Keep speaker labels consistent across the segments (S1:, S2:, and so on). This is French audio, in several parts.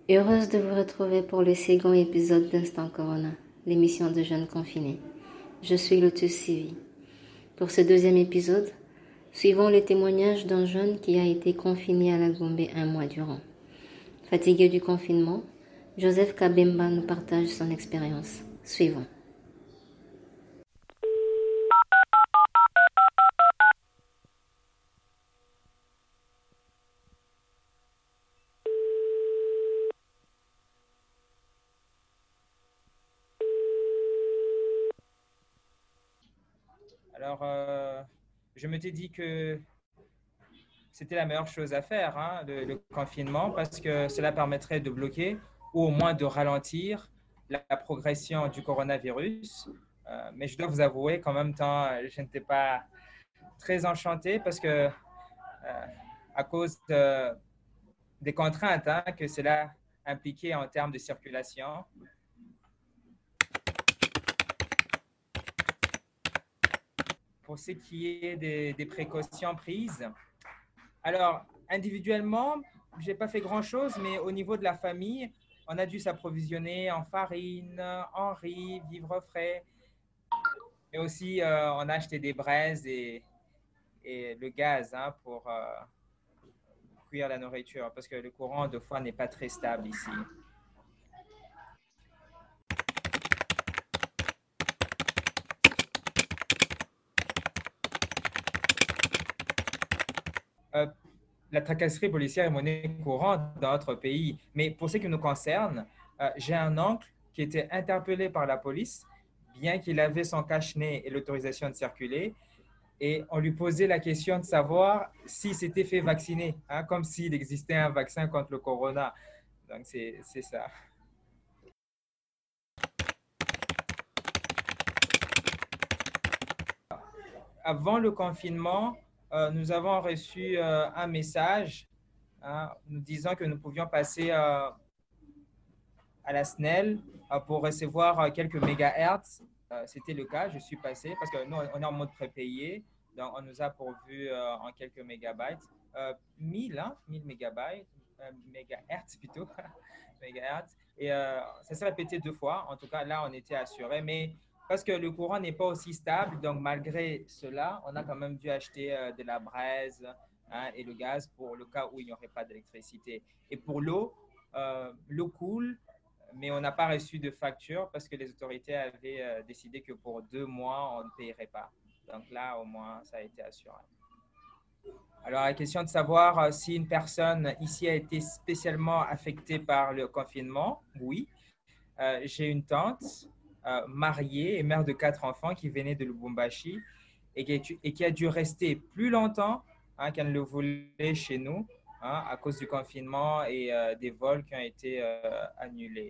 S1: Heureuse de vous retrouver pour le second épisode d'Instant Corona, l'émission de jeunes confinés. Je suis Lotus Sivi. Pour ce deuxième épisode, suivons le témoignage d'un jeune qui a été confiné à la Gombe un mois durant. Fatigué du confinement, Joseph Kabemba nous partage son expérience. Suivons.
S2: Alors, je m'étais dit que c'était la meilleure chose à faire, hein, le confinement, parce que cela permettrait de bloquer ou au moins de ralentir la progression du coronavirus. Mais je dois vous avouer qu'en même temps, je n'étais pas très enchanté parce que, à cause des contraintes, hein, que cela impliquait en termes de circulation. Pour ce qui est des précautions prises, alors, individuellement, je n'ai pas fait grand-chose, mais au niveau de la famille, on a dû s'approvisionner en farine, en riz, vivres frais. Et aussi, on a acheté des braises et le gaz, hein, pour cuire la nourriture, parce que le courant, de fois, n'est pas très stable ici. Euh, la tracasserie policière est monnaie courante dans notre pays. Mais pour ce qui nous concerne, j'ai un oncle qui était interpellé par la police, bien qu'il avait son cache-nez et l'autorisation de circuler. Et on lui posait la question de savoir s'il s'était fait vacciner, hein, comme s'il existait un vaccin contre le corona. Donc, c'est ça. Avant le confinement, nous avons reçu un message, hein, nous disant que nous pouvions passer à la SNEL pour recevoir quelques mégahertz. C'était le cas, je suis passé parce que nous, on est en mode prépayé. Donc, on nous a pourvu en quelques mégabytes. 1000, hein, 1000 mégabytes, mégahertz plutôt. Mégahertz. Et ça s'est répété deux fois. En tout cas, là, on était assuré. Mais parce que le courant n'est pas aussi stable, donc malgré cela, on a quand même dû acheter de la braise, hein, et le gaz pour le cas où il n'y aurait pas d'électricité. Et pour l'eau, l'eau coule, mais on n'a pas reçu de facture parce que les autorités avaient décidé que pour 2 mois, on ne payerait pas. Donc là, au moins, ça a été assuré. Alors, la question de savoir si une personne ici a été spécialement affectée par le confinement, oui. J'ai une tante mariée et mère de 4 enfants qui venait de Lubumbashi et qui a dû rester plus longtemps, hein, qu'elle ne le voulait chez nous, hein, à cause du confinement et des vols qui ont été annulés.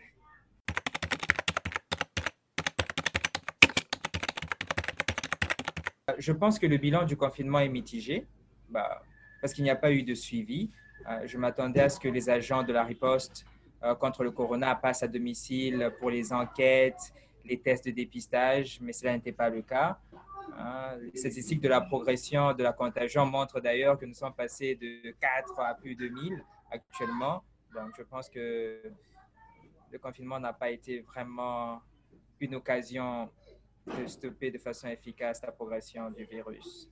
S2: Je pense que le bilan du confinement est mitigé, parce qu'il n'y a pas eu de suivi. Je m'attendais à ce que les agents de la riposte contre le corona passent à domicile pour les enquêtes, les tests de dépistage, mais cela n'était pas le cas. Les statistiques de la progression de la contagion montrent d'ailleurs que nous sommes passés de 4 à plus de 1000 actuellement. Donc, je pense que le confinement n'a pas été vraiment une occasion de stopper de façon efficace la progression du virus.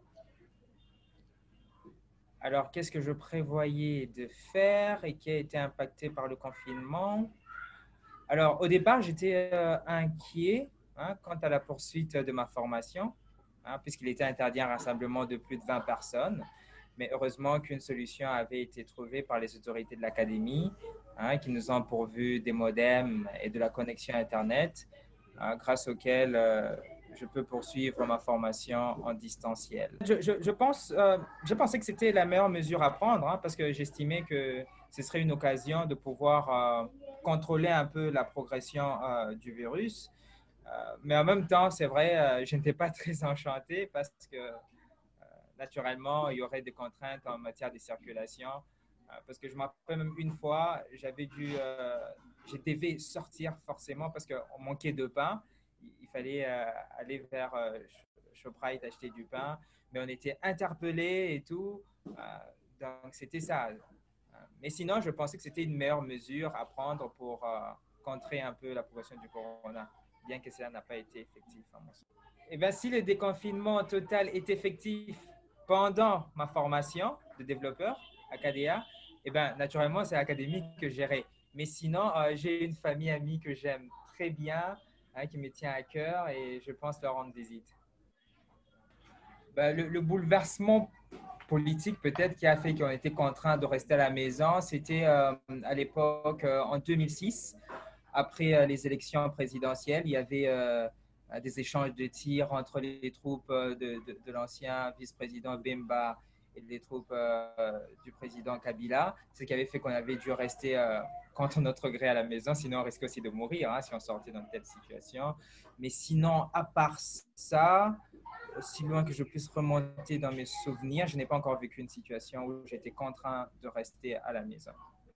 S2: Alors, qu'est-ce que je prévoyais de faire et qui a été impacté par le confinement? Alors, au départ, j'étais inquiet, hein, quant à la poursuite de ma formation, hein, puisqu'il était interdit un rassemblement de plus de 20 personnes. Mais heureusement qu'une solution avait été trouvée par les autorités de l'académie, hein, qui nous ont pourvu des modems et de la connexion Internet, hein, grâce auquel je peux poursuivre ma formation en distanciel. Je pensais que c'était la meilleure mesure à prendre, hein, parce que j'estimais que ce serait une occasion de pouvoir contrôler un peu la progression du virus. Mais en même temps, c'est vrai, je n'étais pas très enchanté parce que naturellement, il y aurait des contraintes en matière de circulation. Parce que je me rappelle même une fois, je devais sortir forcément parce qu'on manquait de pain. Il fallait aller vers Shoprite acheter du pain, mais on était interpellés et tout. Donc c'était ça. Mais sinon, je pensais que c'était une meilleure mesure à prendre pour contrer un peu la progression du corona, bien que cela n'a pas été effectif à mon sens. Eh bien, si le déconfinement total est effectif pendant ma formation de développeur à KDA, eh bien, naturellement, c'est l'académie que j'irai. Mais sinon, j'ai une famille amie que j'aime très bien, qui me tient à cœur et je pense leur rendre visite. Ben, le bouleversement politique peut-être qui a fait qu'on était contraints de rester à la maison, c'était à l'époque en 2006, après les élections présidentielles, il y avait des échanges de tirs entre les troupes de l'ancien vice-président Bemba et les troupes du président Kabila, ce qui avait fait qu'on avait dû rester contre notre gré à la maison, sinon on risquait aussi de mourir si on sortait dans une telle situation. Mais sinon, à part ça, aussi loin que je puisse remonter dans mes souvenirs, je n'ai pas encore vécu une situation où j'étais contraint de rester à la maison.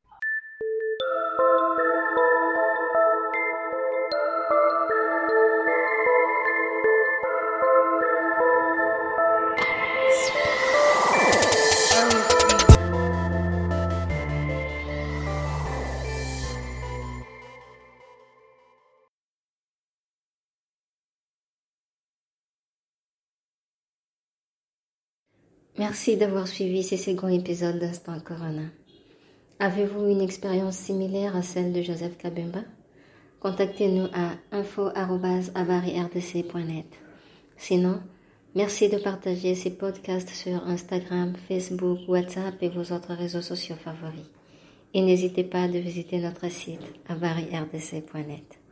S1: Merci d'avoir suivi ce second épisode d'Instant Corona. Avez-vous une expérience similaire à celle de Joseph Kabemba? Contactez-nous à info@avaryrdc.net. Sinon, merci de partager ces podcasts sur Instagram, Facebook, WhatsApp et vos autres réseaux sociaux favoris. Et n'hésitez pas de visiter notre site avaryrdc.net.